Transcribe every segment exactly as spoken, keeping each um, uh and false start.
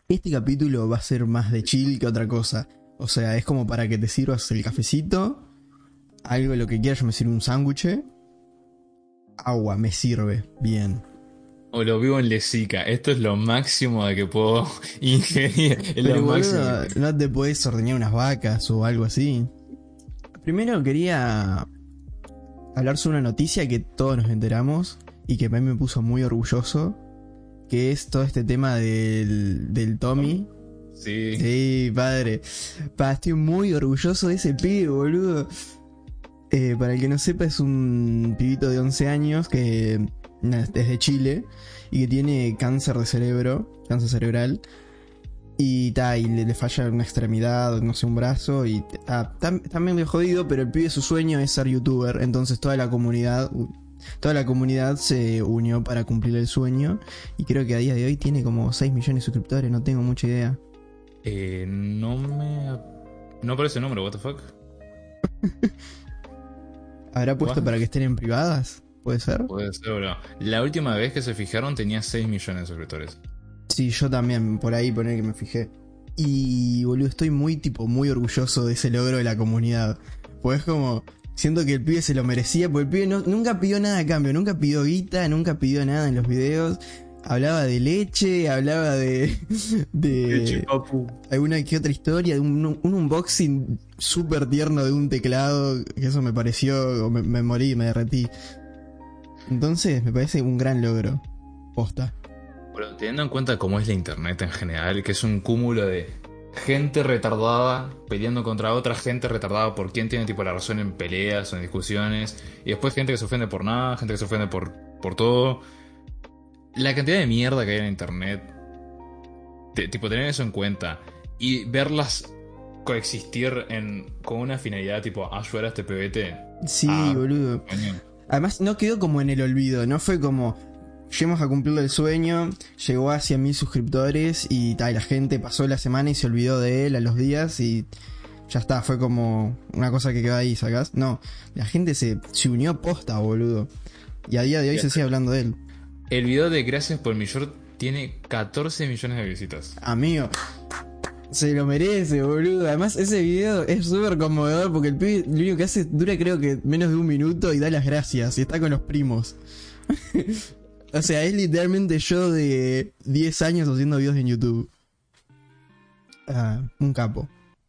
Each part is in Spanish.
Este capítulo va a ser más de chill que otra cosa. O sea, es como para que te sirvas el cafecito, algo, lo que quieras. Yo me sirvo un sándwich, agua, me sirve, bien. O lo vivo en Lesica. Esto es lo máximo de que puedo ingerir. Es lo Pero máximo boludo, que... no te podés ordeñar unas vacas o algo así. Primero quería hablar sobre una noticia que todos nos enteramos y que a mí me puso muy orgulloso, que es todo este tema del, del Tommy. Sí. Sí, padre. Pa, estoy muy orgulloso de ese pibe, boludo. Eh, para el que no sepa, es un pibito de once años que na, es de Chile y que tiene cáncer de cerebro, cáncer cerebral. Y, ta, y le, le falla una extremidad, no sé, un brazo. Y ta, está, está medio jodido, pero el pibe, su sueño es ser youtuber. Entonces toda la comunidad, toda la comunidad se unió para cumplir el sueño. Y creo que a día de hoy tiene como seis millones de suscriptores, no tengo mucha idea. Eh, no me... No aparece el nombre, what the fuck. ¿Habrá puesto What? para que estén en privadas? ¿Puede ser? Puede ser, bro. La última vez que se fijaron tenía seis millones de suscriptores. Sí, yo también, por ahí poner que me fijé. Y, boludo, estoy muy, tipo, muy orgulloso de ese logro de la comunidad. Pues como, siento que el pibe se lo merecía, porque el pibe no, nunca pidió nada a cambio, nunca pidió guita, nunca pidió nada en los videos. Hablaba de leche, hablaba de... Leche, de papu. alguna que otra historia, de un, un unboxing súper tierno de un teclado, que eso me pareció, me, me morí, me derretí. Entonces, me parece un gran logro. Posta. Pero teniendo en cuenta cómo es la internet en general, que es un cúmulo de gente retardada peleando contra otra gente retardada por quién tiene tipo la razón en peleas o en discusiones, y después gente que se ofende por nada, gente que se ofende por, por todo. La cantidad de mierda que hay en internet, te- tipo tener eso en cuenta y verlas coexistir en, con una finalidad tipo ayudar a este pebete Sí, a... boludo. Coño. Además, no quedó como en el olvido, no fue como lleguemos a cumplir el sueño, llegó a cien mil suscriptores y tal, la gente pasó la semana y se olvidó de él a los días y ya está, fue como una cosa que quedó ahí, ¿sacás? No, la gente se, se unió posta, boludo. Y a día de hoy se sigue hablando de él. El video de Gracias por mi short tiene catorce millones de visitas. Amigo, se lo merece, boludo. Además, ese video es súper conmovedor porque el pibe lo único que hace dura creo que menos de un minuto y da las gracias y está con los primos. O sea, es literalmente yo de diez años haciendo videos en YouTube. Ah, un capo.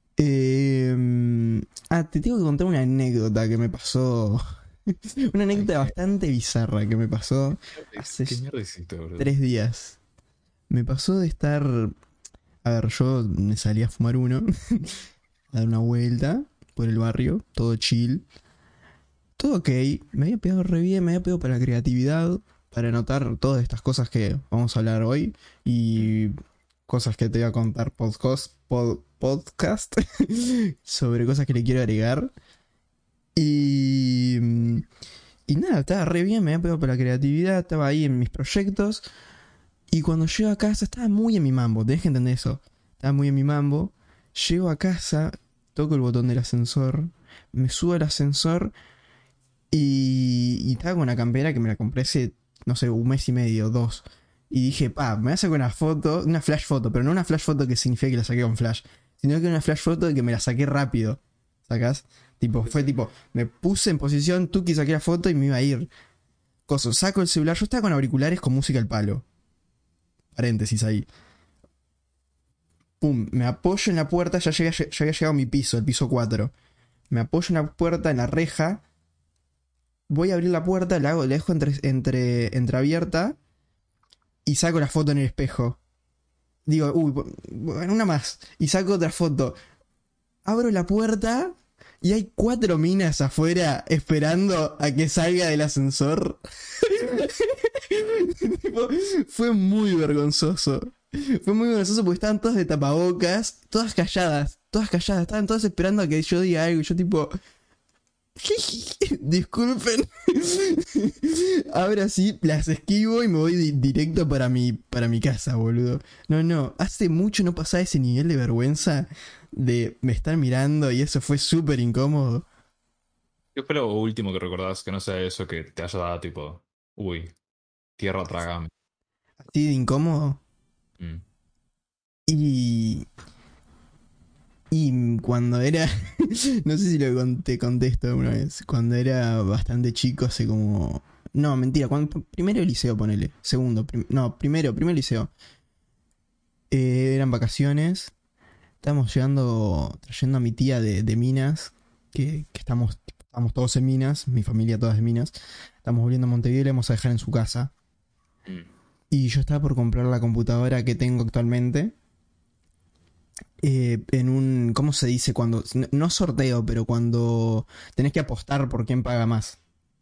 Eh, ah, te tengo que contar una anécdota que me pasó. Una Ay, anécdota qué, bastante bizarra que me pasó hace qué mierda hiciste, boludo. tres días. Me pasó de estar... A ver, yo me salí a fumar uno, a dar una vuelta por el barrio, todo chill. Todo ok, me había pegado re bien, me había pegado para la creatividad, para anotar todas estas cosas que vamos a hablar hoy y cosas que te voy a contar podcast, pod- podcast sobre cosas que le quiero agregar. Y, y nada, estaba re bien, me había pegado para la creatividad, estaba ahí en mis proyectos. Y cuando llego a casa, estaba muy en mi mambo, tenés que entender eso. Estaba muy en mi mambo. Llego a casa, toco el botón del ascensor, me subo al ascensor y, y estaba con una campera que me la compré hace, no sé, un mes y medio, dos. Y dije, pa, me voy a sacar una foto, una flash foto, pero no una flash foto que significa que la saqué con flash, sino que una flash foto de que me la saqué rápido. ¿Sacás? Tipo, fue tipo, me puse en posición, tuki, saqué la foto y me iba a ir. Coso, saco el celular, yo estaba con auriculares con música al palo. Paréntesis ahí. Pum, me apoyo en la puerta, ya, llegué, ya había llegado a mi piso, el piso cuatro. Me apoyo en la puerta, en la reja. Voy a abrir la puerta, la, hago, la dejo entre, entre, entreabierta y saco la foto en el espejo. Digo, uy, bueno, una más. Y saco otra foto. Abro la puerta y hay cuatro minas afuera esperando a que salga del ascensor. Tipo, fue muy vergonzoso. Fue muy vergonzoso porque estaban todas de tapabocas, todas calladas, todas calladas, estaban todas esperando a que yo diga algo y yo tipo... Disculpen. Ahora sí, las esquivo y me voy di- directo para mi, para mi casa, boludo. No, no, hace mucho no pasaba ese nivel de vergüenza de me estar mirando y eso fue súper incómodo. ¿Qué fue lo último que recordás que no sea eso que te haya dado tipo, uy, tierra trágame? Así de incómodo. Mm. Y, y cuando era, no sé si lo con- te contesto alguna vez, cuando era bastante chico, hace como... No, mentira, cuando, primero liceo, ponele, segundo, prim- no, primero, primero liceo. Eh, eran vacaciones, estábamos llegando, trayendo a mi tía de, de Minas, que, que estamos, estamos todos en Minas, mi familia todas de Minas. Estamos volviendo a Montevideo y la vamos a dejar en su casa. Mm. Y yo estaba por comprar la computadora que tengo actualmente. Eh, en un, ¿cómo se dice? Cuando, no, no sorteo, pero cuando tenés que apostar por quién paga más.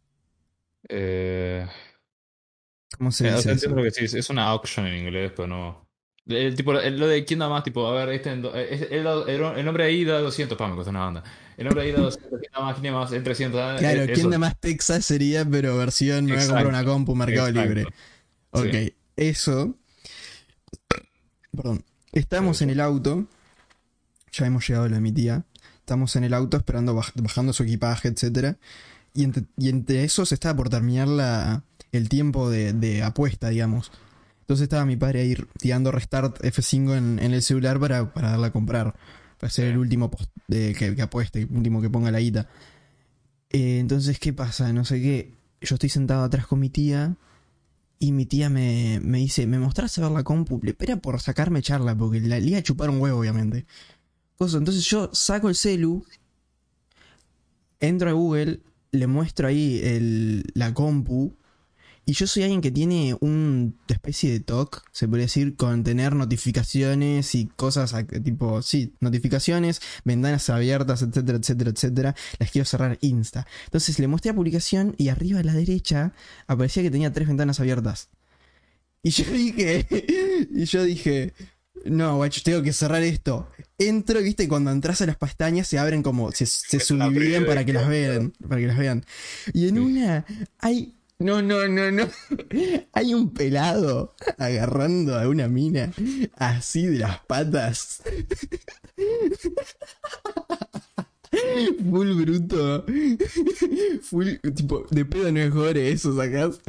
Eh, ¿Cómo se eh, o dice sea, entiendo eso? lo que sí, es una auction en inglés, pero no. El, tipo, el- lo de quién da más, tipo, a ver, este, en do- eh, es- el, el, el nombre ahí da doscientos, pa, me costó una banda. El nombre ahí da doscientos, quién da más, quién da más, en trescientos, ah, eh, Claro, ¿quién eso. da más Texas sería, pero versión me voy a comprar una Exacto, compu Mercado exacto. Libre? Sí, Ok, eso. Perdón. lo he Estamos en hecho. el auto. Ya hemos llegado a la de mi tía. Estamos en el auto esperando, baj- bajando su equipaje, etcétera. Y entre, y entre esos estaba por terminar la, el tiempo de, de apuesta, digamos. Entonces estaba mi padre ahí tirando restart F cinco en, en el celular para, para darle a comprar. Para Sí. ser el último post- de- que, que apueste, el último que ponga la guita. Eh, entonces, ¿qué pasa? No sé qué. Yo estoy sentado atrás con mi tía. Y mi tía me, me dice, ¿me mostrás a ver la compu? Le espera por sacarme charla, porque la le iba a chupar un huevo, obviamente. Cosa, entonces yo saco el celu, entro a Google, le muestro ahí el, la compu. Y yo soy alguien que tiene una especie de TOC, se podría decir, con tener notificaciones y cosas tipo, sí, notificaciones, ventanas abiertas, etcétera, etcétera, etcétera. Las quiero cerrar insta. Entonces le mostré la publicación y arriba a la derecha aparecía que tenía tres ventanas abiertas. Y yo dije, y yo dije, no, guacho, tengo que cerrar esto. Entro, viste, cuando entras a las pestañas se abren como, se, se Es una subdividen preview de para que qué las onda. vean, para que las vean. Y en Sí. una hay, no, no, no, no, hay un pelado agarrando a una mina así de las patas, full bruto, full, tipo, de pedo no es gore eso, sacás.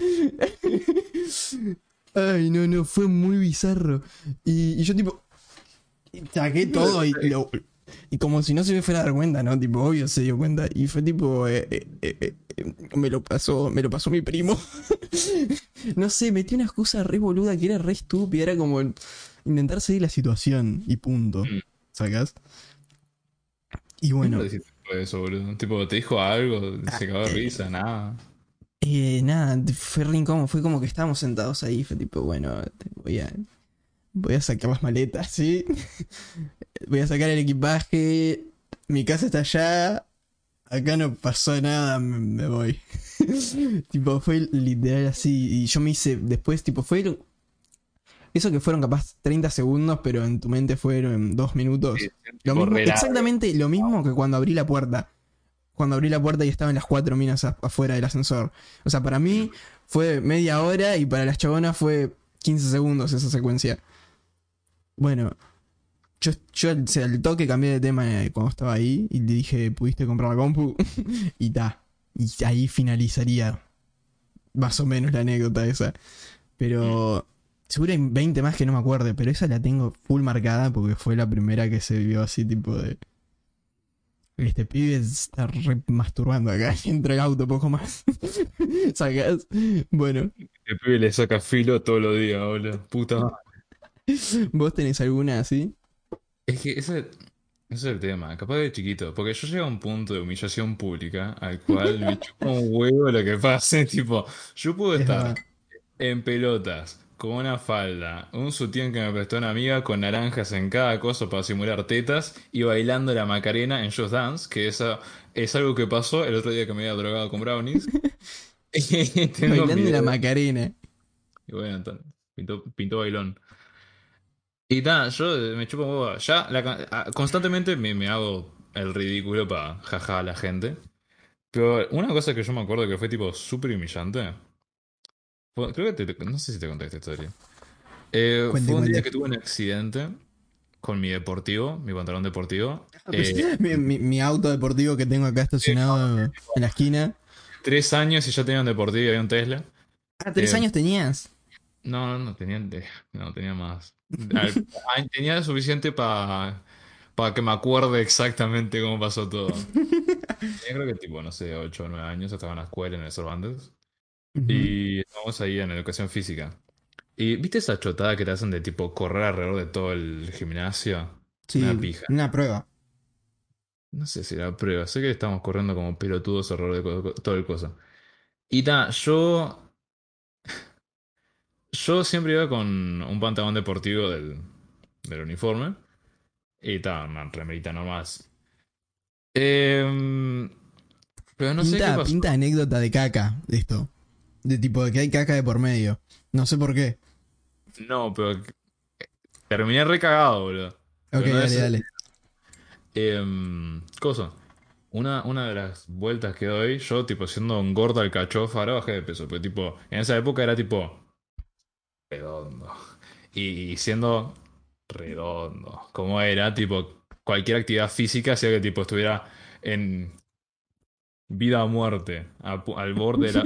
Ay, no, no, fue muy bizarro. Y, y yo tipo, saqué todo y, lo, y como si no se me fuera a dar cuenta, ¿no? Tipo, obvio se dio cuenta. Y fue tipo, eh, eh, eh, eh, me lo pasó, me lo pasó mi primo. No sé, metí una excusa re boluda que era re estúpida. Era como intentar seguir la situación y punto. Mm. ¿Sacás? Y ¿Cómo le bueno, dijiste por eso, boludo? Tipo, ¿te dijo algo? ah, ¿Se cagó de eh, risa? Nada. eh, nada, fue re incómodo. Fue como que estábamos sentados ahí. Fue tipo, bueno, te voy a, voy a sacar las maletas, ¿sí? Voy a sacar el equipaje. Mi casa está allá. Acá no pasó nada, me, me voy. Tipo, fue literal así. Y yo me hice. Después, tipo, fue. Eso que fueron capaz treinta segundos, pero en tu mente fueron dos Sí, minutos. sí, Lo tipo, mismo, re largo. exactamente lo mismo que cuando abrí la puerta. Cuando abrí la puerta y estaban las cuatro minas a- afuera del ascensor. O sea, para Mm. mí fue media hora y para las chabonas fue quince segundos esa secuencia. Bueno, yo, yo o sea, al toque cambié de tema eh, cuando estaba ahí y le dije, ¿pudiste comprar la compu? Y ta. Y ahí finalizaría más o menos la anécdota esa. Mm. Pero seguro hay veinte más que no me acuerdo, pero esa la tengo full marcada porque fue la primera que se vio así tipo de... Este pibe está re masturbando acá dentro del auto, poco más. ¿Sacás? Bueno, El pibe le saca filo todos los días, boludo. Puta madre. ¿vos tenés alguna así? Es que ese, ese es el tema, capaz de chiquito, porque yo llego a un punto de humillación pública al cual me chupa un huevo lo que pase, tipo, yo puedo Es estar verdad. en pelotas, con una falda, un sutién que me prestó una amiga con naranjas en cada coso para simular tetas y bailando la Macarena en Just Dance, que esa es algo que pasó el otro día que me había drogado con brownies. Y tengo Bailando la videos. Macarena. Y bueno, entonces, pintó, pintó bailón. Y nada, yo eh, me chupo un huevo. Ya la ca- a- constantemente me, me hago el ridículo para jaja a la gente. Pero una cosa que yo me acuerdo que fue tipo súper humillante. fue- creo que te, no sé si te conté esta historia. Eh, Cuente, fue un día cuente. que tuve un accidente con mi deportivo, mi pantalón deportivo. Pues, Eh, mi, mi, mi auto deportivo que tengo acá eh, estacionado en la esquina. tres años y ya tenía un deportivo y había un Tesla. Ah, tres Eh, años tenías. no, no, no tenía, no tenía más. Al- ah, tenía suficiente para para que me acuerde exactamente cómo pasó todo. Tenía creo que tipo, no sé, ocho o nueve años, estaba en la escuela en el Cervantes. Ujú. Y estábamos ahí en educación física. ¿Y viste esa chotada que te hacen de tipo correr alrededor de todo el gimnasio? Me da Sí, pija. una prueba. No sé si era prueba, sé que estamos corriendo como pelotudos alrededor de co- co- todo el coso. Y ta, yo, yo siempre iba con un pantalón deportivo del, del uniforme. Y ta, una remerita nomás. Em, pero no sé qué Pinta, pasó. pinta anécdota de caca de esto. De tipo de que hay caca de por medio. No sé por qué. No, pero terminé recagado, boludo. Ok, Pero no dale, es. dale. Eh, cosa. Una, una de las vueltas que doy, yo, tipo, siendo un gordo alcachofa, ahora bajé de peso, pero, tipo, en esa época era, tipo, redondo. Y, y siendo redondo, como era, tipo, cualquier actividad física hacía que, tipo, estuviera en vida o muerte, a pu- al borde de la...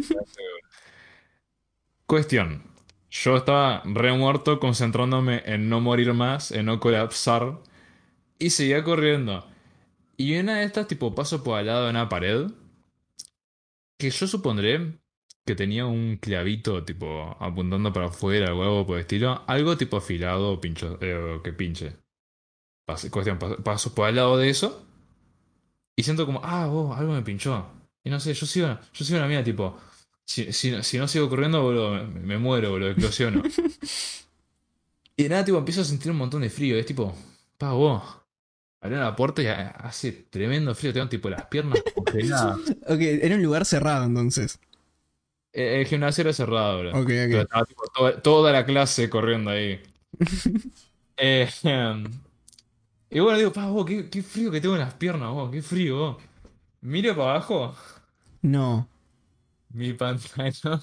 Cuestión. Yo estaba re muerto concentrándome en no morir más, en no colapsar, y seguía corriendo. Y una de estas, tipo, paso por al lado de una pared, que yo supondré que tenía un clavito, tipo, apuntando para afuera o algo por el estilo. Algo tipo afilado o pincho, eh, o que pinche. Pas- cuestión, pas- paso por al lado de eso y siento como, ah, vos, algo me pinchó. Y no sé, yo sigo, yo sigo la mía, tipo, si, si, si no sigo corriendo, boludo, me, me muero, boludo, explosiono. Y de nada, tipo, empiezo a sentir un montón de frío. Es tipo, pa, vos. Abrí la puerta y ha- hace tremendo frío. Tengo tipo las piernas congeladas. Ok, era un lugar cerrado entonces. Eh, El gimnasio era cerrado, bro. Ok, Pero ok. estaba tipo toda, toda la clase corriendo ahí. Eh, em, y bueno, digo, pa, vos, qué, qué frío que tengo en las piernas, vos, qué frío, vos. Miro para abajo, No. mi pantalón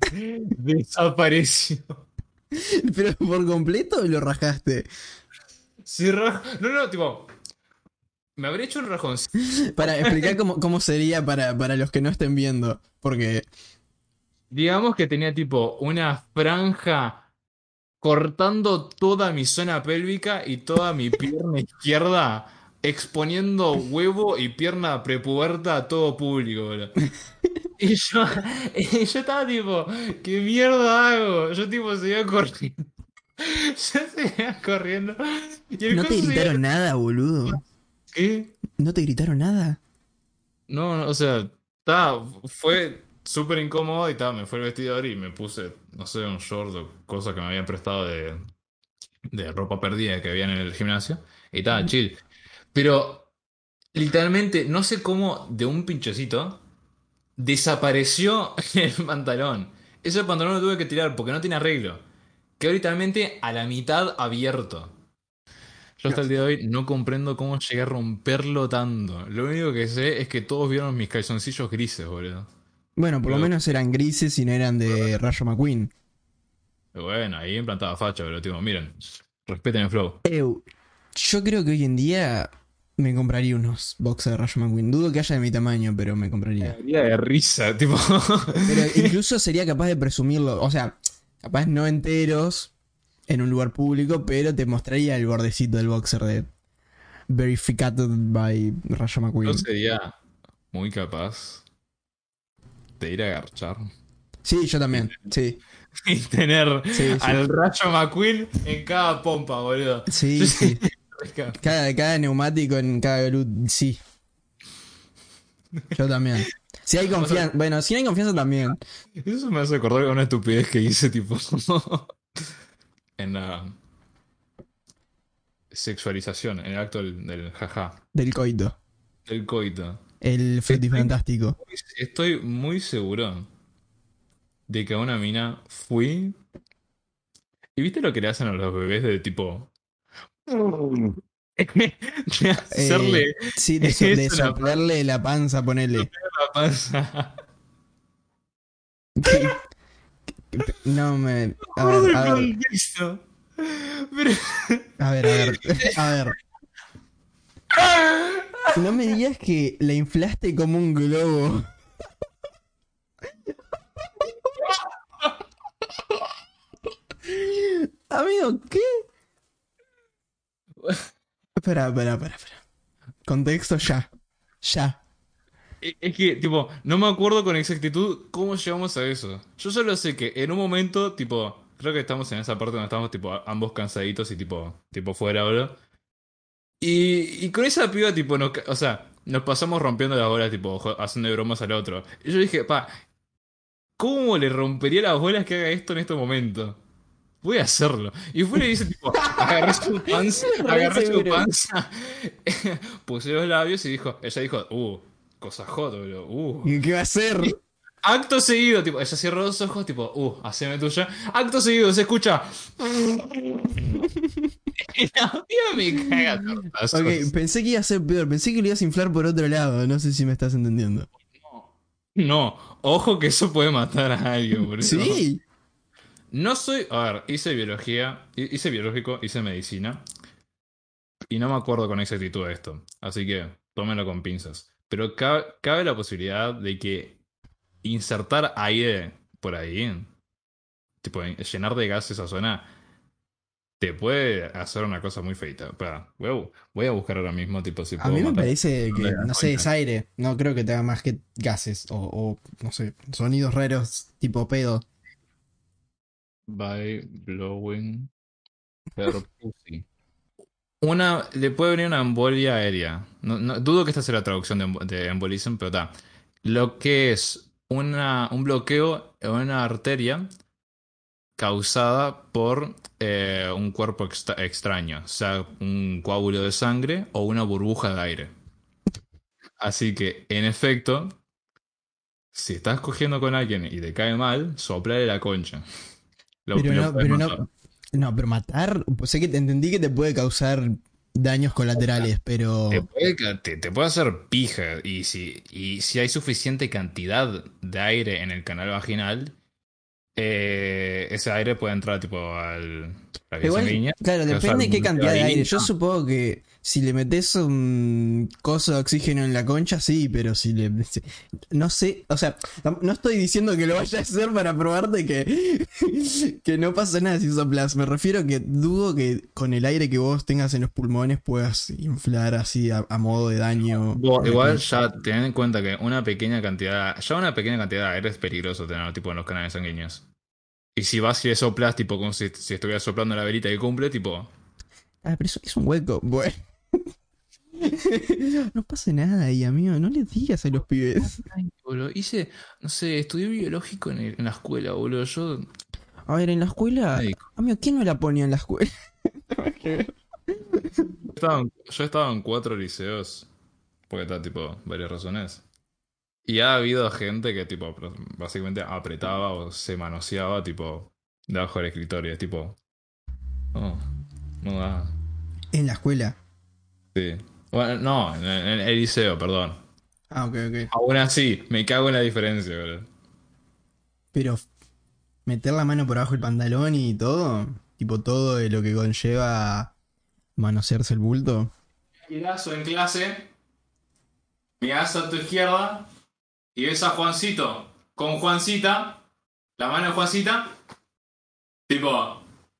desapareció. ¿Pero por completo lo rajaste? Sí, ra- no, no, tipo, me habría hecho un rajoncito. Para explicar cómo, cómo sería para, para los que no estén viendo. Porque. Digamos que tenía tipo una franja cortando toda mi zona pélvica y toda mi pierna izquierda, exponiendo huevo y pierna prepuberta a todo público, boludo. Y yo, y yo estaba tipo, ¿qué mierda hago? Yo tipo seguía corriendo. Yo seguía corriendo. Y el ¿No te coso seguía. gritaron nada, boludo? ¿Qué? ¿No te gritaron nada? No, no, o sea, ta, fue súper incómodo y ta, me fue el vestidor y me puse, no sé, un short o cosa que me habían prestado de, de ropa perdida que había en el gimnasio. Y ta, chill. Pero literalmente, no sé cómo de un pinchecito desapareció el pantalón. Ese pantalón lo tuve que tirar porque no tiene arreglo. Quedó literalmente a la mitad abierto. Yo hasta el día de hoy no comprendo cómo llegué a romperlo tanto. Lo único que sé es que todos vieron mis calzoncillos grises, boludo. Bueno, por lo Pero, menos eran grises y no eran de Rayo McQueen. pero bueno, ahí implantaba facha, pero tipo, miren, respeten el flow. Eu, yo creo que hoy en día me compraría unos boxers de Rayo McQueen. Dudo que haya de mi tamaño, pero me compraría. Día de risa, tipo. Pero incluso sería capaz de presumirlo. O sea, capaz no enteros en un lugar público, pero te mostraría el bordecito del boxer de Verified by Rayo Yo McQueen. sería muy capaz de ir a garchar Sí, yo y, también. Sí, y tener sí, sí. al Rayo McQueen en cada pompa, boludo. Yo Sí, sería sí. re capaz. Cada, cada neumático en cada luz. Sí, yo también. Si hay O sea, confianza. Bueno, si no hay confianza también. eso me hace acordar de una estupidez que hice, tipo, en la sexualización, en el acto del, del jaja, Del coito. del coito. El Estoy, frutifantástico. estoy muy seguro de que a una mina fui. ¿Y viste lo que le hacen a los bebés de tipo? De Eh, hacerle sí, de, so- de eso en la panza, soplarle la panza, ponele. la panza. Que- que- no me. No me A acuerdo ver, del a ver. contexto. Pero. A ver, a ver. A ver. No me digas que la inflaste como un globo. Amigo, ¿qué? Espera, espera, espera, espera. Contexto ya. Ya. E- Es que, tipo, no me acuerdo con exactitud cómo llegamos a eso. Yo solo sé que en un momento, tipo, creo que estamos en esa parte donde estamos, tipo, ambos cansaditos y, tipo, tipo fuera, bro. Y, y con esa piba, tipo, nos, ca- o sea, nos pasamos rompiendo las bolas, tipo, jo- haciendo bromas al otro. Y yo dije, pa, ¿cómo le rompería las bolas que haga esto en este momento? Voy a hacerlo. Y fue y le dice, tipo, agarré su panza, Re agarré su seguro. panza, puse los labios y dijo, ella dijo, uh, cosa hot, bro, uh. ¿Y qué va a hacer? Acto seguido, tipo, ella cierra los ojos, tipo, uh, haceme tuya. Acto seguido, se escucha. Y la piba me caga a Ok, tortazos. pensé que iba a ser peor. Pensé que lo ibas a inflar por otro lado. No sé si me estás entendiendo. No, ojo que eso puede matar a alguien, boludo. Sí. No soy. A ver, hice biología, hi- hice biológico, hice medicina. Y no me acuerdo con exactitud de esto. Así que tómenlo con pinzas. Pero ca- cabe la posibilidad de que insertar aire por ahí, tipo, en- llenar de gas esa zona, te puede hacer una cosa muy feita. Espera, voy a, bu- voy a buscar ahora mismo, tipo, si A puedo mí me matar parece a de que, la no sé, es concha. aire. No creo que te haga más que gases o, o, no sé, sonidos raros tipo pedo. By blowing her pussy. Una, le puede venir una embolia aérea. No, no- dudo que esta sea la traducción de, embo- de embolism, pero está. Lo que es una, un bloqueo en una arteria causada por eh, un cuerpo extra- extraño, sea un coágulo de sangre o una burbuja de aire. Así que, en efecto, si estás cogiendo con alguien y te cae mal, soplale la concha. Lo, Pero lo no, puedes pero no, matar. no, pero matar, pues sé que te entendí que te puede causar daños colaterales, Te pero... puede, ca- te, te puede hacer pija. Y si, y si hay suficiente cantidad de aire en el canal vaginal, eh, ese aire puede entrar tipo al, la vía Igual, sanguínea, claro, causar depende de un qué bloqueo cantidad de aire. ahí. Yo supongo que si le metes un coso de oxígeno en la concha, sí, pero si le... si- No sé, o sea, tam- no estoy diciendo que lo vaya a hacer para probarte que, que no pasa nada si soplas. Me refiero que dudo que con el aire que vos tengas en los pulmones puedas inflar así a, a modo de daño Bo- la Igual concha. ya ten en cuenta que una pequeña cantidad, ya una pequeña cantidad de aire es peligroso tener tipo en los canales sanguíneos. Y si vas y le soplas, tipo como si, si estuvieras soplando la velita que cumple, tipo, Ah, pero eso es un hueco. Bueno. No pasa nada ahí, amigo. No le digas a los pibes. ay, boludo, hice, no sé, estudié biológico en, el- en la escuela, boludo. Yo, A ver, en la escuela. médico. Amigo, ¿quién no la ponía en la escuela? Estaba en- yo estaba en cuatro liceos, porque está tipo varias razones. Y ha habido gente que tipo pro- básicamente apretaba o se manoseaba tipo debajo del escritorio, tipo, oh, no da. En la escuela. Sí. Bueno, no, en, en el liceo, perdón. Ah, ok, ok. Aún así, me cago en la diferencia, bro. Pero meter la mano por abajo del pantalón y todo. Tipo todo de lo que conlleva manosearse el bulto. Girazo en clase, mirás a tu izquierda y ves a Juancito con Juancita, la mano de Juancita, tipo,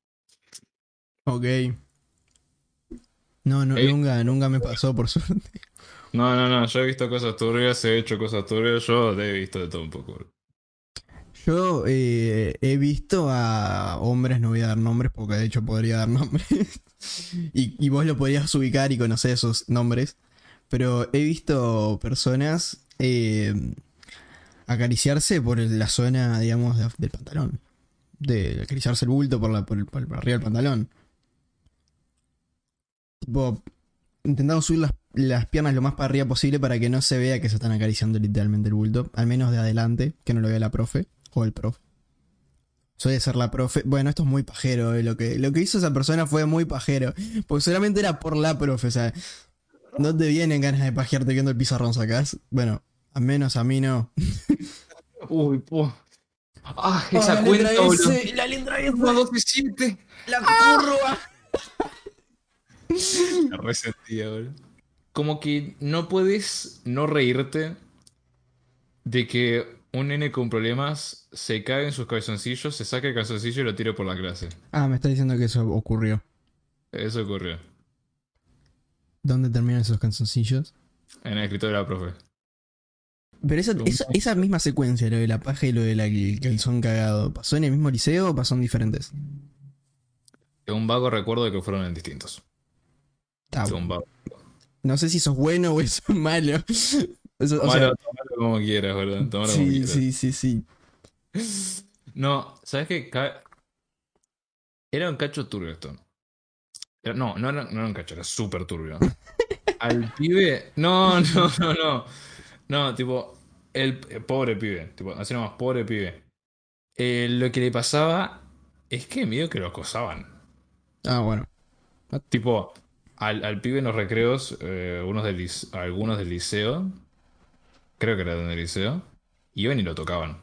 Ok. No, no, "Ey". nunca, nunca me pasó por suerte. No, no, no, yo he visto cosas turbias, he hecho cosas turbias, yo he visto de todo un poco, bro. Yo eh, he visto a hombres, no voy a dar nombres porque de hecho podría dar nombres. y, y vos lo podrías ubicar y conocer esos nombres. Pero he visto personas eh, acariciarse por la zona, digamos, de- del pantalón. De acariciarse el bulto por, la, por, el- por el- por arriba del pantalón. Tipo, intentando subir las, las piernas lo más para arriba posible para que no se vea que se están acariciando literalmente el bulto. Al menos de adelante, que no lo vea la profe o el profe. Suele ser la profe. Bueno, esto es muy pajero. eh, Lo, que, lo que hizo esa persona fue muy pajero. Porque solamente era por la profe. O sea, no te vienen ganas de pajearte viendo el pizarrón, sacás. Bueno, al menos a mí no. Uy, po. Ah, Oh, la esa letra cuenta, boludo. S, la letra S, uno, dos y siete. la curva. Me resentía, boludo. Como que no puedes no reírte de que un nene con problemas se cae en sus calzoncillos, se saca el calzoncillo y lo tira por la clase. Ah, me está diciendo que eso ocurrió. Eso ocurrió. ¿Dónde terminan esos calzoncillos? En el escritorio de la profe. Pero esa, esa, esa misma secuencia, lo de la paja y lo del calzón cagado, ¿pasó en el mismo liceo o pasó en diferentes? Tengo un vago recuerdo de que fueron en distintos. Ah, Tengo un vago. no sé si sos bueno o sos malo. Eso, o sea, Tomalo, tomalo como quieras, ¿verdad? Tomalo como sí, quieras. sí, sí, sí. No, ¿sabes qué? Ca- Era un cacho turbio esto. Era- no, no era, no era un cacho, era súper turbio. Al pibe. No, no, no, no. No, tipo, el, el pobre pibe. Tipo, así nomás, pobre pibe. Eh, lo que le pasaba es que medio que lo acosaban. Ah, bueno. Tipo, al, al pibe en los recreos, eh, unos del lic- algunos del liceo, creo que era del liceo, iban y lo tocaban.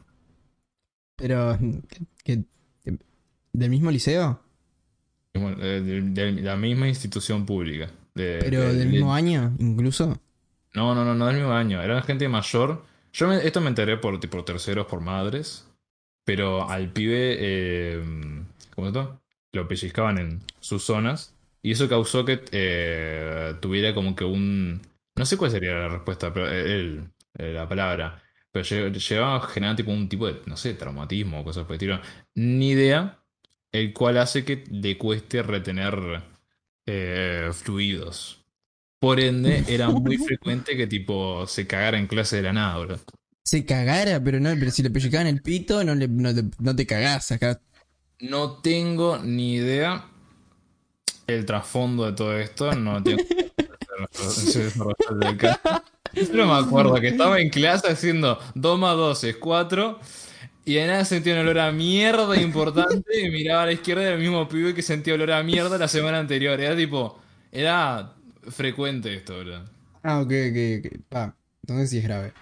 Pero, ¿qué, qué- ¿del mismo liceo? Como, eh, De, de la misma institución pública. De, ¿Pero de- del de- mismo año, incluso? no, no, no, no del mismo año. Era gente mayor. Yo me- esto me enteré por, tipo, terceros, por madres. Pero al pibe, eh, ¿cómo se llama? Lo pellizcaban en sus zonas. Y eso causó que eh, tuviera como que un... No sé cuál sería la respuesta, pero eh, el, eh, la palabra. Pero lle- llevaba a generar tipo un tipo de, no sé, traumatismo o cosas por el estilo. Ni idea. El cual hace que le cueste retener eh, fluidos. Por ende, era muy frecuente que tipo se cagara en clase de la nada, bro. Se cagara, pero no, pero si le pellicaban el pito, no, le, no, te, no te cagás acá. No tengo ni idea el trasfondo de todo esto, no tengo ese desarrollo del caso. Pero me acuerdo que estaba en clase haciendo dos más dos es cuatro y de nada sentía un olor a mierda importante y miraba a la izquierda y era el mismo pibe que sentía olor a mierda la semana anterior. Era tipo, era frecuente esto, bro. Ah, ok, ok, ok. Pa, entonces sí es grave.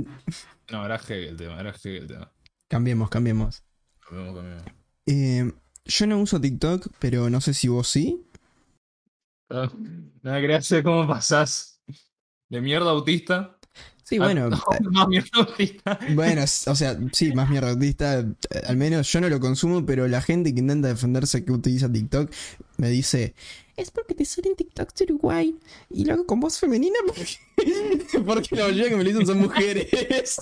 No, era heavy el tema, era heavy el tema. Cambiemos, cambiemos. Cambiemos, cambiemos. Eh, yo no uso TikTok, pero no sé si vos sí. Ah, nada, gracias, ¿cómo pasás? De mierda autista Sí, a bueno, eh, más mierda autista. bueno, s- o sea, sí, más mierda autista. eh, Al menos yo no lo consumo, pero la gente que intenta defenderse que utiliza TikTok me dice: es porque te salen TikToks de Uruguay y lo hago con voz femenina porque, porque la mayoría que me lo dicen son mujeres.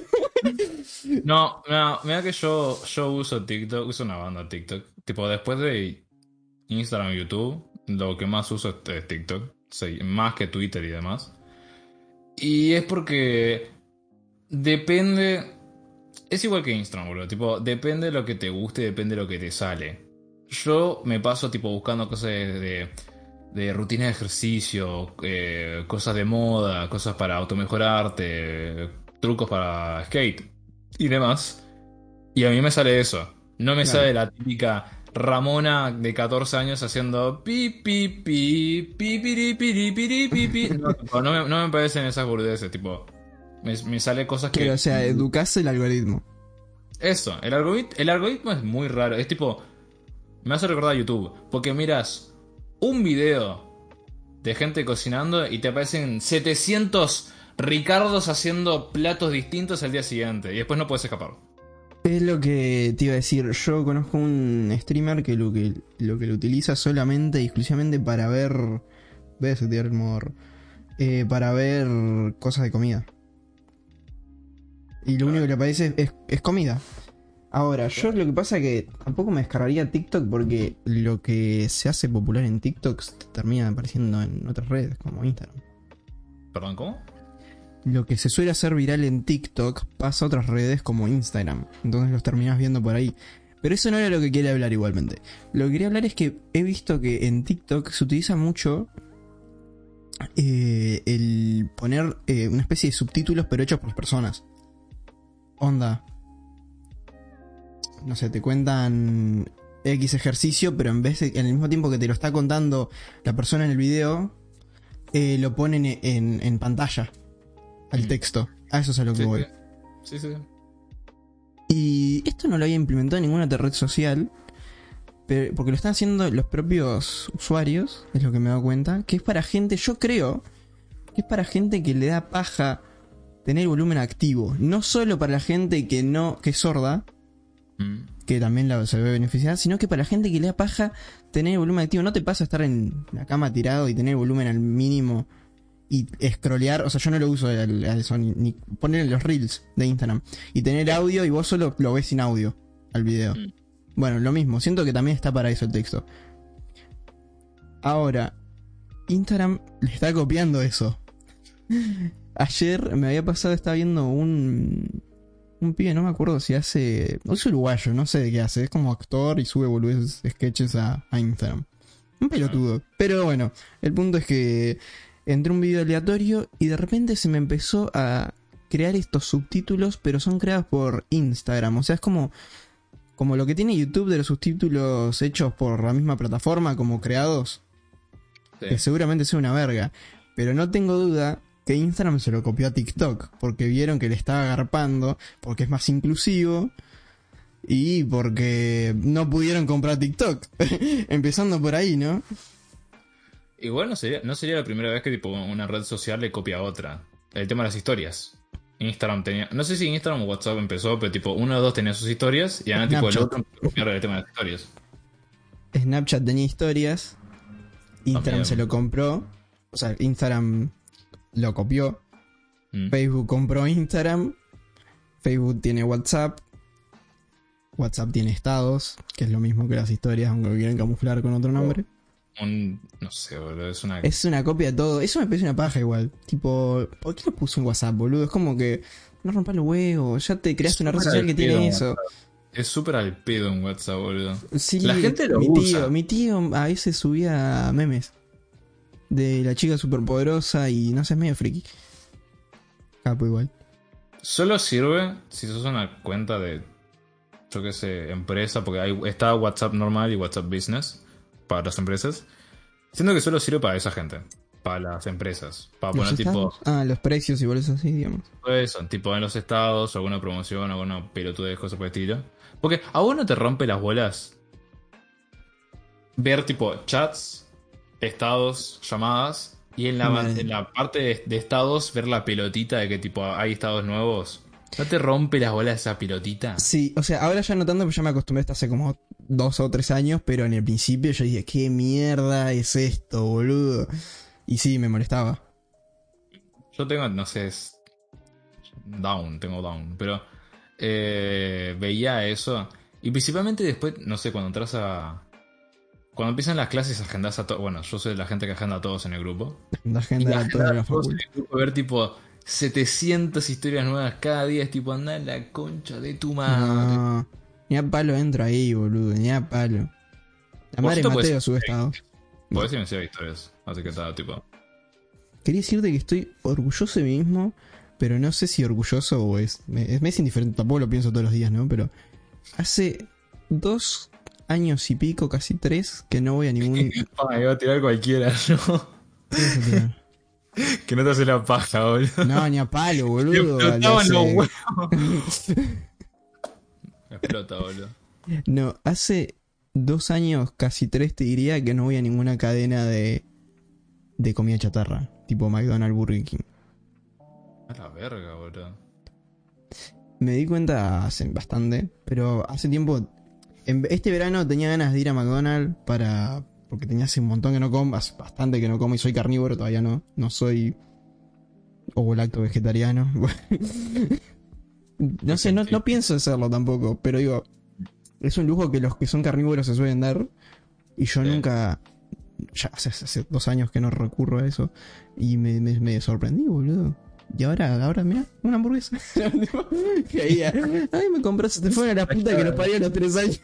No, mira, mira que yo, yo uso TikTok, uso una banda TikTok. Tipo, después de Instagram y YouTube, lo que más uso es es TikTok. Sí, más que Twitter y demás. Y es porque depende. Es igual que Instagram, boludo. Tipo, depende de lo que te guste, depende de lo que te sale. Yo me paso, tipo, buscando cosas de, de, de rutina de ejercicio, eh, cosas de moda, cosas para automejorarte, trucos para skate y demás. Y a mí me sale eso. No me Claro. sale la típica Ramona de catorce años haciendo pi pi pi pi piri, piri, piri, pi, pi. No, tipo, no me, no me parecen esas boludeces, tipo. Me, me sale cosas Claro, o que. sea, educás el algoritmo. Eso, el algoritmo, el algoritmo es muy raro. Es tipo. Me hace recordar a YouTube. Porque miras un video de gente cocinando y te aparecen setecientos Ricardos haciendo platos distintos al día siguiente. Y después no puedes escapar. Es lo que te iba a decir. Yo conozco un streamer que lo que lo, que lo utiliza solamente y exclusivamente para ver. Voy a desactivar el modo ahorro. Eh, para ver cosas de comida. Y lo único que le aparece es, es comida. Ahora, yo lo que pasa es que tampoco me descargaría TikTok porque lo que se hace popular en TikTok termina apareciendo en otras redes como Instagram. ¿Perdón, cómo? Lo que se suele hacer viral en TikTok pasa a otras redes como Instagram. Entonces los terminás viendo por ahí. Pero eso no era lo que quería hablar igualmente. Lo que quería hablar es que he visto que en TikTok se utiliza mucho eh, el poner eh, una especie de subtítulos pero hechos por las personas. Onda. No sé, te cuentan X ejercicio, pero en vez de, en el mismo tiempo que te lo está contando la persona en el video, eh, lo ponen en, en pantalla. Al Mm. texto. A eso es a lo que Sí, voy. sí, sí. sí. Y esto no lo había implementado en ninguna otra red social. Pero, porque lo están haciendo los propios usuarios. Es lo que me he dado cuenta. Que es para gente, yo creo, que es para gente que le da paja tener volumen activo. No solo para la gente que no, que es sorda. Mm. que también la, se ve beneficiada, sino que para la gente que le da paja tener el volumen activo. No te pasa estar en la cama tirado y tener el volumen al mínimo y scrollear. O sea, yo no lo uso al, al eso, ni, ni poner en los reels de Instagram y tener audio y vos solo lo ves sin audio al video. Mm. Bueno, lo mismo, siento que también está para eso el texto. Ahora, Instagram le está copiando eso. Ayer me había pasado, estaba viendo un un pibe, no me acuerdo si hace, es uruguayo, no sé de qué hace, es como actor y sube boludeces, sketches a, a Instagram. Un pelotudo. Pero bueno, el punto es que entré un video aleatorio y de repente se me empezó a crear estos subtítulos, pero son creados por Instagram. O sea, es como, como lo que tiene YouTube de los subtítulos hechos por la misma plataforma, como creados. Sí. Que seguramente sea una verga. Pero no tengo duda que Instagram se lo copió a TikTok, porque vieron que le estaba agarpando, porque es más inclusivo y porque no pudieron comprar TikTok. Empezando por ahí, ¿no? Igual no sería, no sería la primera vez que tipo una red social le copia a otra. El tema de las historias. Instagram tenía, no sé si Instagram o WhatsApp empezó, pero tipo uno o dos tenía sus historias y ahora tipo el otro empezó a copiar el tema de las historias. Snapchat tenía historias, Instagram También. se lo compró, o sea, Instagram lo copió. Mm. Facebook compró Instagram. Facebook tiene WhatsApp. WhatsApp tiene estados, que es lo mismo que las historias, aunque lo quieren camuflar con otro nombre. Un, no sé, boludo, es una... Es una copia de todo. Eso me parece una paja igual. Tipo, ¿por qué no puso un WhatsApp, boludo? Es como que no rompas los huevos. Ya te creaste una red social que tiene eso. Es súper al pedo en WhatsApp, boludo. Sí, la gente lo mi usa. Tío, mi tío a veces subía memes de la chica superpoderosa y no sé, es medio friki. Capo igual. Solo sirve si sos una cuenta de, yo qué sé, empresa, porque hay, está WhatsApp normal y WhatsApp Business para las empresas. Siento que solo sirve para esa gente, para las empresas. Para poner estados? tipo... Ah, los precios y bolsas así, digamos. Eso, tipo en los estados, alguna promoción, alguna pelotudez, cosas por el estilo. Porque a vos no te rompe las bolas ver tipo chats, estados, llamadas, y en la, vale. en la parte de, de estados ver la pelotita de que tipo hay estados nuevos. ¿No te rompe las bolas esa pelotita? Sí, o sea, ahora ya no tanto, porque ya me acostumbré hasta hace como dos o tres años, pero en el principio yo dije, ¿qué mierda es esto, boludo? Y sí, me molestaba. Yo tengo, no sé, es down, tengo down, pero eh, veía eso, y principalmente después, no sé, cuando entras a... Cuando empiezan las clases agendas a todos. Bueno, yo soy la gente que agenda a todos en el grupo. La agenda a todos en la facultad. Ver tipo setecientas historias nuevas cada día. Es tipo, anda la concha de tu madre. No, ni a palo entro ahí, boludo. Ni a palo. La madre Mateo sube estados. Podés decirme si hay historias. Así que está tipo. Quería decirte que estoy orgulloso de mí mismo, pero no sé si orgulloso o es. Me, me es indiferente. Tampoco lo pienso todos los días, ¿no? Pero hace dos años y pico, casi tres, que no voy a ningún... Ah, iba a tirar cualquiera, ¿no? Que no te hace la paja, boludo. No, ni a palo, boludo. Me explotaban los huevos. Me explota, boludo. No, hace dos años, casi tres, te diría que no voy a ninguna cadena de de comida chatarra, tipo McDonald's, Burger King. A la verga, boludo. Me di cuenta hace bastante, pero hace tiempo... Este verano tenía ganas de ir a McDonald's para... Porque tenía hace un montón que no como, hace bastante que no como y soy carnívoro, todavía no. No soy ovo lacto vegetariano. No sé, no, no pienso hacerlo tampoco, pero digo, es un lujo que los que son carnívoros se suelen dar. Y yo sí. nunca... Ya hace, hace dos años que no recurro a eso. Y me, me, me sorprendí, boludo. Y ahora, ahora, mira, una hamburguesa. Ay, me compraste, te fueron a la puta que nos parió a los tres años.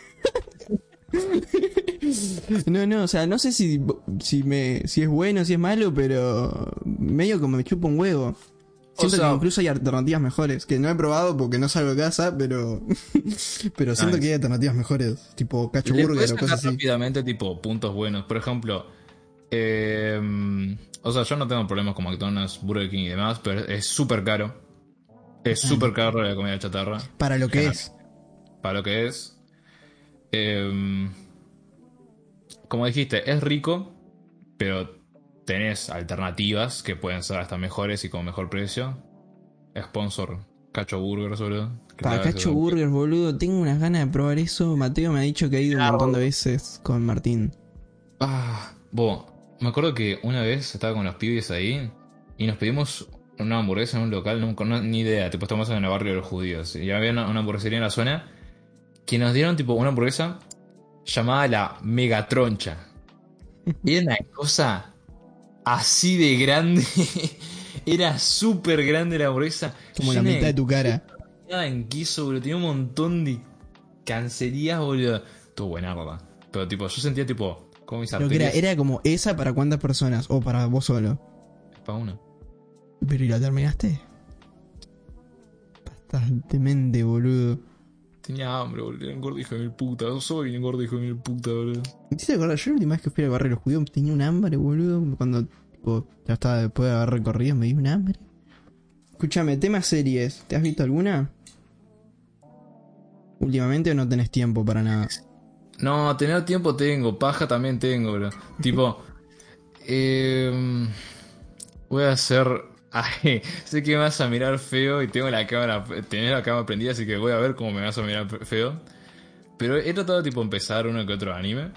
No, no, o sea, no sé si, si me si es bueno, si es malo, pero medio como me chupa un huevo. Siento o sea, que incluso hay alternativas mejores, que no he probado porque no salgo de casa, pero pero siento nice. que hay alternativas mejores, tipo cacho burger o cosas así. Rápidamente, tipo, puntos buenos. Por ejemplo, eh, o sea, yo no tengo problemas con McDonald's, Burger King y demás, pero es súper caro. Es súper caro la comida chatarra. Para lo que General. es. Para lo que es. Eh, como dijiste, es rico, pero tenés alternativas que pueden ser hasta mejores y con mejor precio. Sponsor Cacho Burgers, boludo. Que Pa, estaba ese Cacho también. Burgers, boludo. Tengo unas ganas de probar eso. Mateo me ha dicho que ha ido un montón de veces con Martín. Ah, bo, me acuerdo que una vez estaba con los pibes ahí y nos pedimos una hamburguesa en un local, no, no- ni idea, tipo estamos en el barrio de los judíos. Y había una, una hamburguesería en la zona que nos dieron tipo una hamburguesa llamada la Megatroncha. Era una cosa así de grande. Era súper grande la hamburguesa. Como la Llena mitad de de tu cara. nada en queso, boludo. Tenía un montón de cancerías, boludo. Estuvo buenarda. Pero tipo, yo sentía tipo, como mis Lo que era, arterias. era como esa para cuántas personas. O para vos solo. Para uno. Pero ¿y la terminaste? Bastante mente, boludo. Tenía hambre, boludo. Era un gordo hijo de mil puta. Yo soy un gordo hijo de mil puta, boludo. ¿Sí te acordás? Yo la última vez que fui al barrio de los judíos tenía un hambre, boludo. Cuando tipo, ya estaba después de haber recorrido me di un hambre. Escúchame, tema series. ¿Te has visto alguna? ¿Últimamente o no tenés tiempo para nada? No, tener tiempo tengo. Paja también tengo, boludo. Tipo, eh, voy a hacer. Ay, sé que me vas a mirar feo y tengo la cámara, tenés la cámara prendida, así que voy a ver cómo me vas a mirar feo. Pero he tratado tipo empezar uno que otro anime.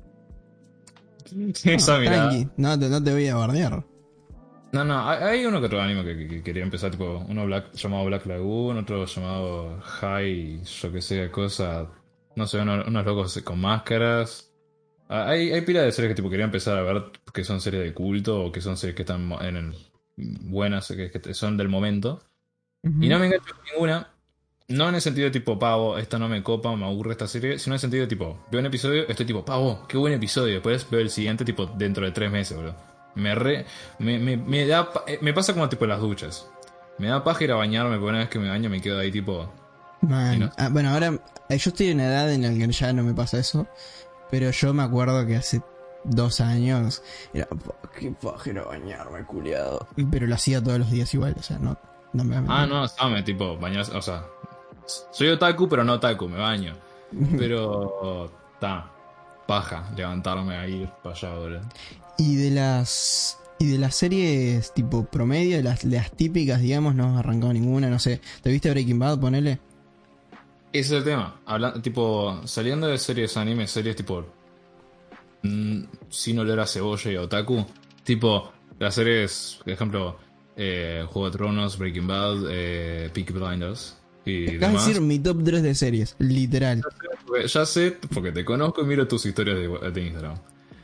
Esa No, mirada. tranqui, no te, no te voy a bardear. No, no, hay, hay uno que otro anime que, que- que quería empezar, tipo, uno black, llamado Black Lagoon, otro llamado High, yo que sé, cosa. No sé, uno- unos locos con máscaras. Ah, Hay, hay pila de series que tipo quería empezar a ver que son series de culto o que son series que están mo- en el- buenas, que, que son del momento. Y Ujú. no me engancho con ninguna. No en el sentido de tipo, pavo, esta no me copa, me aburre esta serie, sino en el sentido de tipo, veo un episodio, estoy tipo, pavo, qué buen episodio. Después veo el siguiente tipo dentro de tres meses, bro. Me re. Me, me, me da. pa- eh, Me pasa como tipo en las duchas. Me da paja ir a bañarme, porque una vez que me baño me quedo ahí tipo. Y no. Man. Ah, bueno, ahora eh, yo estoy en una edad en la que ya no me pasa eso. Pero yo me acuerdo que hace dos años era, "Pa, qué pajero bañarme, culiado". Pero lo hacía todos los días igual, o sea, no, no me voy a Ah, mentir. no, sabe, tipo, bañarse. O sea, soy otaku, pero no otaku, me baño. Pero. Ta. Paja, levantarme a ir para allá, bro. Y de las. Y de las series tipo promedio, de las, de las típicas, digamos, no has arrancado ninguna, no sé. ¿Te viste Breaking Bad? Ponele. Ese es el tema. Hablando, tipo, saliendo de series anime, series tipo mm, sin olor a cebolla y a otaku. Tipo, las series, por ejemplo, eh, Juego de Tronos, Breaking Bad, eh, Peaky Blinders y Acabas de decir demás. mi top tres de series, literal. Porque ya sé, porque te conozco y miro tus historias de, de Instagram.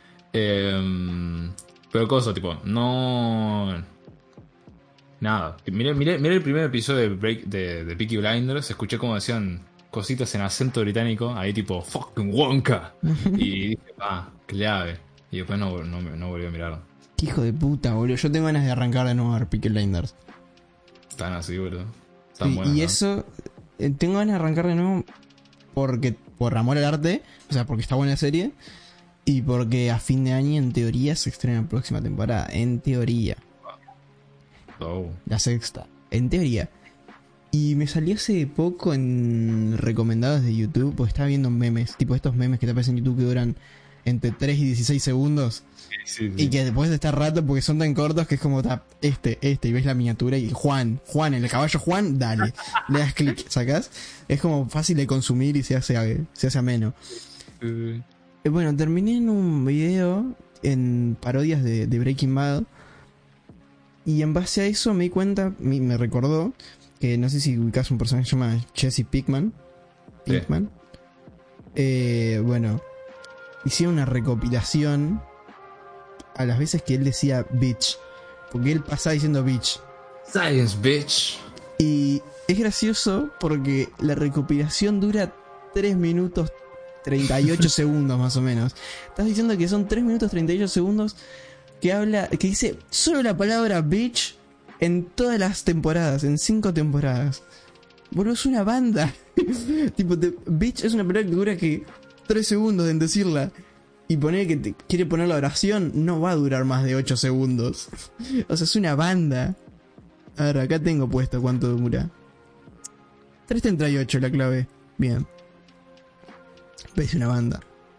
Eh, pero cosa, tipo, no. Nada. Miré, miré, miré el primer episodio de, Break, de, de Peaky Blinders, escuché como decían cositas en acento británico, ahí tipo, fucking Wonka. Y dije, ah, clave. Y después no, no, no volví a mirar. Qué hijo de puta, boludo. Yo tengo ganas de arrancar de nuevo a ver Peaky Blinders. Están así, boludo. Están Sí, buenas, y ¿no? eso, eh, tengo ganas de arrancar de nuevo porque por amor al arte, o sea, porque está buena la serie y porque a fin de año en teoría se estrena la próxima temporada, en teoría, Oh. la sexta, en teoría. Y me salió hace poco en recomendados de YouTube, porque estaba viendo memes, tipo estos memes que te aparecen en YouTube que duran entre tres y dieciséis segundos. Sí, Y sí. que después de estar rato porque son tan cortos que es como ta, este, este, y ves la miniatura y Juan, Juan, el caballo Juan, dale, le das clic, ¿sacás? Es como fácil de consumir y se hace, se hace ameno. Sí. Eh, bueno, terminé en un video en parodias de, de Breaking Bad y en base a eso me di cuenta, me, me recordó que no sé si ubicás un personaje que se llama Jesse Pinkman. Sí. Pinkman. Eh, bueno, hicieron una recopilación a las veces que él decía bitch. Porque él pasaba diciendo bitch. Science, bitch. Y es gracioso porque la recopilación dura tres minutos treinta y ocho segundos más o menos. Estás diciendo que son tres minutos treinta y ocho segundos que habla, que dice solo la palabra bitch en todas las temporadas, en cinco temporadas. Boludo, es una banda. Tipo, te- bitch es una palabra que dura que tres segundos en decirla. Y poner que te quiere poner la oración, no va a durar más de ocho segundos. O sea, es una banda. A ver, acá tengo puesto cuánto dura. tres treinta y ocho la clave. Bien. Pero es una banda.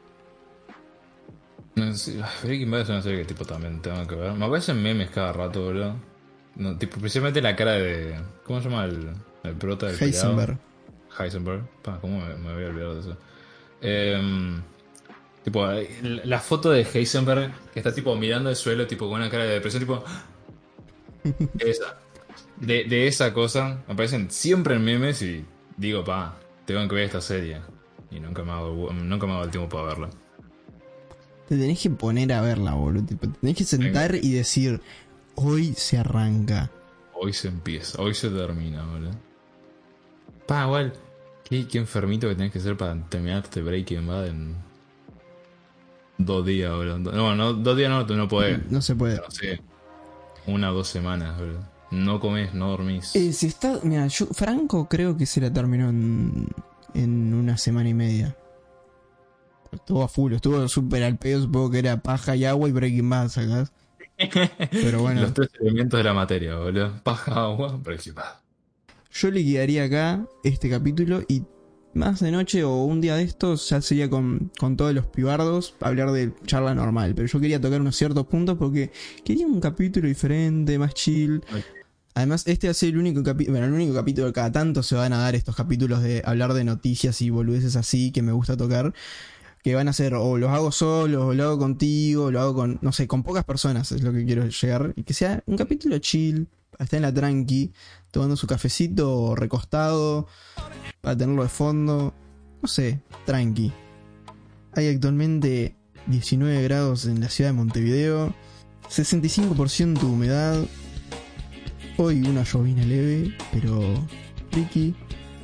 No sé, Breaking Bad es una serie que tipo también tengo que ver. Me aparecen memes cada rato, boludo. No, tipo, principalmente la cara de. ¿Cómo se llama el, El prota del Heisenberg. pelado. Heisenberg. Pa, ¿cómo me, me voy a olvidar de eso? Eh, tipo, la foto de Heisenberg que está tipo mirando el suelo, tipo con una cara de depresión, tipo. Esa. De, de esa cosa me aparecen siempre en memes y digo, pa, tengo que ver esta serie. Y nunca me hago, nunca me hago el tiempo para verla. Te tenés que poner a verla, boludo. Tipo, te tenés que sentar Venga. y decir, hoy se arranca. Hoy se empieza, hoy se termina, boludo. Pa, igual, qué, qué enfermito que tenés que ser para terminar este Breaking Bad en dos días, boludo. No, no, dos días no, no podés. No se puede. No sé, una o dos semanas, boludo. No comes, no dormís. Eh, si está, mira, yo, Franco creo que se la terminó en, en una semana y media. Estuvo a full, estuvo súper al pedo, supongo que era paja y agua y Breaking Bad, ¿sacás? Pero bueno, Los tres elementos de la materia, boludo. Paja, agua, Breaking Bad. yo liquidaría acá este capítulo y más de noche o un día de estos ya sería con, con todos los pibardos hablar de charla normal. Pero yo quería tocar unos ciertos puntos porque quería un capítulo diferente, más chill. Además, este va a ser el único capítulo, bueno, el único capítulo que cada tanto se van a dar estos capítulos de hablar de noticias y boludeces así que me gusta tocar. Que van a ser, o los hago solo, o lo hago contigo, o lo hago con, no sé, con pocas personas es lo que quiero llegar. Y que sea un capítulo chill, para estar en la tranqui, tomando su cafecito recostado, para tenerlo de fondo. No sé, tranqui. Hay actualmente diecinueve grados en la ciudad de Montevideo, sesenta y cinco por ciento humedad. Hoy una llovina leve, pero friki.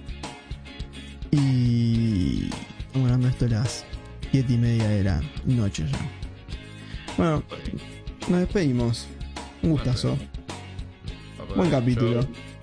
Y estamos grabando esto a las siete y media de la noche ya. Bueno, nos despedimos. Un gustazo. Buen capítulo.